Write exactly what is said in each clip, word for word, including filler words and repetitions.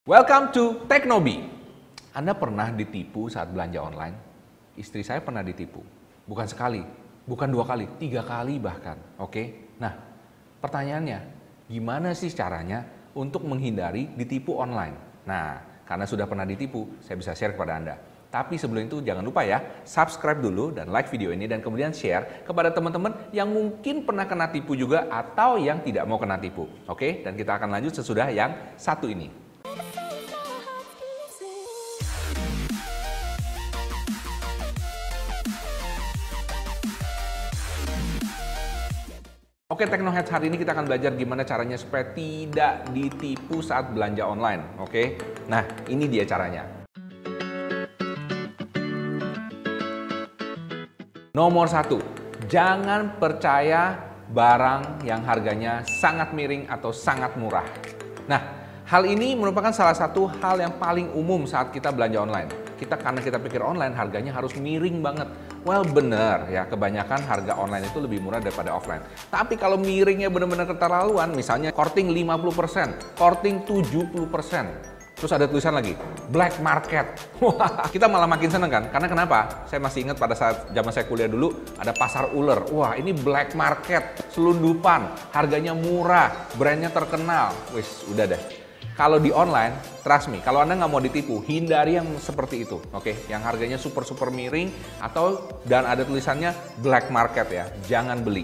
Welcome to Teknobi. Anda pernah ditipu saat belanja online? Istri saya pernah ditipu. Bukan sekali, bukan dua kali, tiga kali bahkan. Oke? Nah, pertanyaannya, gimana sih caranya untuk menghindari ditipu online? Nah, karena sudah pernah ditipu, saya bisa share kepada Anda. Tapi sebelum itu jangan lupa ya, subscribe dulu dan like video ini dan kemudian share kepada teman-teman yang mungkin pernah kena tipu juga atau yang tidak mau kena tipu. Oke? Dan kita akan lanjut sesudah yang satu ini. Oke, Teknoheads, hari ini kita akan belajar gimana caranya supaya tidak ditipu saat belanja online. Oke, nah ini dia caranya. Nomor satu, jangan percaya barang yang harganya sangat miring atau sangat murah. Nah, hal ini merupakan salah satu hal yang paling umum saat kita belanja online. Kita karena kita pikir online harganya harus miring banget. Well, bener ya, kebanyakan harga online itu lebih murah daripada offline. Tapi kalau miringnya benar-benar keterlaluan, misalnya korting lima puluh persen, korting tujuh puluh persen, terus ada tulisan lagi, black market. Wah, kita malah makin seneng kan? Karena kenapa? Saya masih ingat pada saat zaman saya kuliah dulu, ada pasar ular. Wah, ini black market, selundupan, harganya murah, brandnya terkenal. Wis, udah deh. Kalau di online, trust me, kalau Anda nggak mau ditipu, hindari yang seperti itu, oke? Okay? Yang harganya super-super miring atau dan ada tulisannya black market ya, jangan beli.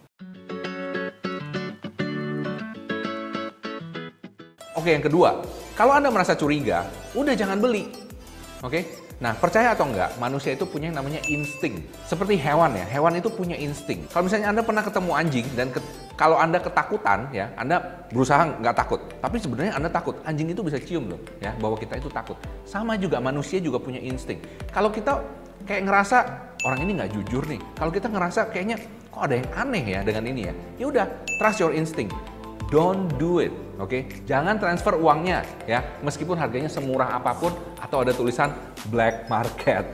Oke, okay, yang kedua, kalau Anda merasa curiga, udah jangan beli, oke? Okay? Nah, percaya atau enggak, manusia itu punya yang namanya insting. Seperti hewan ya, hewan itu punya insting. Kalau misalnya Anda pernah ketemu anjing dan ke, kalau Anda ketakutan ya, Anda berusaha nggak takut. Tapi sebenarnya Anda takut, anjing itu bisa cium loh ya, bahwa kita itu takut. Sama juga, manusia juga punya insting. Kalau kita kayak ngerasa, orang ini nggak jujur nih. Kalau kita ngerasa kayaknya, kok ada yang aneh ya dengan ini ya. Ya udah, trust your instinct. Don't do it, oke? Okay? Jangan transfer uangnya ya, meskipun harganya semurah apapun atau ada tulisan black market.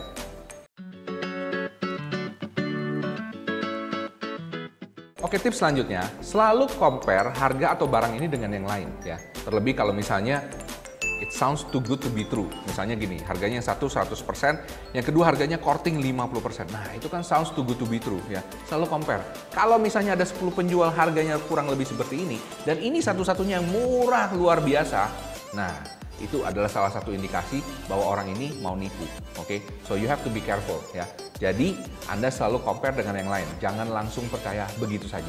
Oke, tips selanjutnya, selalu compare harga atau barang ini dengan yang lain ya. Terlebih kalau misalnya it sounds too good to be true. Misalnya gini, harganya yang satu seratus persen, yang kedua harganya korting lima puluh persen. Nah, itu kan sounds too good to be true ya. Selalu compare. Kalau misalnya ada sepuluh penjual harganya kurang lebih seperti ini dan ini satu-satunya yang murah luar biasa. Nah, itu adalah salah satu indikasi bahwa orang ini mau nipu. Oke? Okay? So you have to be careful ya. Jadi, Anda selalu compare dengan yang lain. Jangan langsung percaya begitu saja.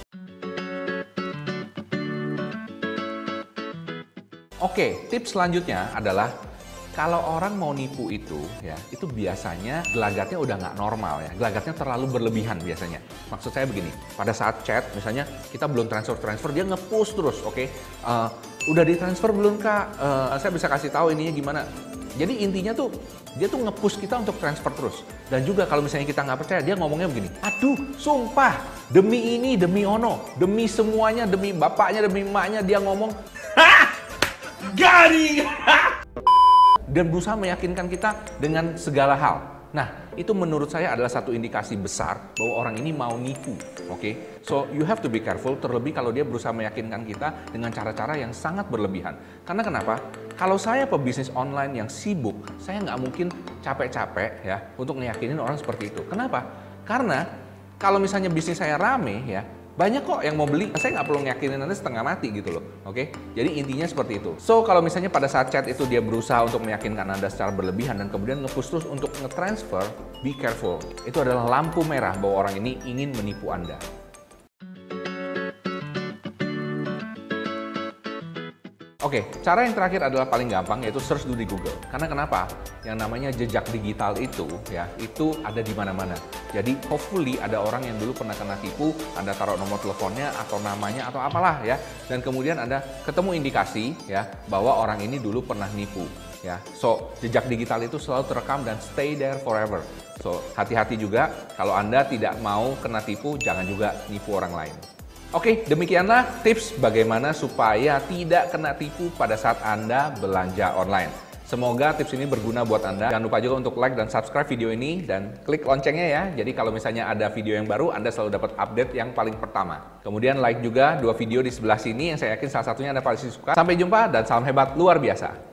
Oke, tips selanjutnya adalah kalau orang mau nipu itu, ya itu biasanya gelagatnya udah nggak normal ya, gelagatnya terlalu berlebihan biasanya. Maksud saya begini, pada saat chat, misalnya kita belum transfer-transfer, dia nge-push terus, oke? Okay? Uh, udah ditransfer belum kak? Uh, saya bisa kasih tahu ininya gimana? Jadi intinya tuh, dia tuh nge-push kita untuk transfer terus. Dan juga kalau misalnya kita nggak percaya, dia ngomongnya begini, aduh, sumpah, demi ini, demi ono, demi semuanya, demi bapaknya, demi emaknya, dia ngomong, hah! Garing! Dan berusaha meyakinkan kita dengan segala hal. Nah, itu menurut saya adalah satu indikasi besar bahwa orang ini mau nipu. Oke, okay? So you have to be careful. Terlebih kalau dia berusaha meyakinkan kita dengan cara-cara yang sangat berlebihan. Karena kenapa? Kalau saya pebisnis online yang sibuk, saya nggak mungkin capek-capek ya untuk meyakinin orang seperti itu. Kenapa? Karena kalau misalnya bisnis saya rame ya, banyak kok yang mau beli, saya nggak perlu ngeyakinin Anda setengah mati gitu loh, oke? Okay? Jadi intinya seperti itu. So, kalau misalnya pada saat chat itu dia berusaha untuk meyakinkan Anda secara berlebihan dan kemudian nge-push terus untuk nge-transfer, be careful. Itu adalah lampu merah bahwa orang ini ingin menipu Anda. Oke, cara yang terakhir adalah paling gampang, yaitu search dulu di Google. Karena kenapa? Yang namanya jejak digital itu, ya, itu ada di mana-mana. Jadi, hopefully ada orang yang dulu pernah kena tipu, Anda taruh nomor teleponnya atau namanya atau apalah ya, dan kemudian Anda ketemu indikasi ya bahwa orang ini dulu pernah nipu. Ya, so jejak digital itu selalu terekam dan stay there forever. So hati-hati juga kalau Anda tidak mau kena tipu, jangan juga nipu orang lain. Oke, demikianlah tips bagaimana supaya tidak kena tipu pada saat Anda belanja online. Semoga tips ini berguna buat Anda. Jangan lupa juga untuk like dan subscribe video ini dan klik loncengnya ya. Jadi kalau misalnya ada video yang baru, Anda selalu dapat update yang paling pertama. Kemudian like juga dua video di sebelah sini yang saya yakin salah satunya Anda pasti suka. Sampai jumpa dan salam hebat luar biasa.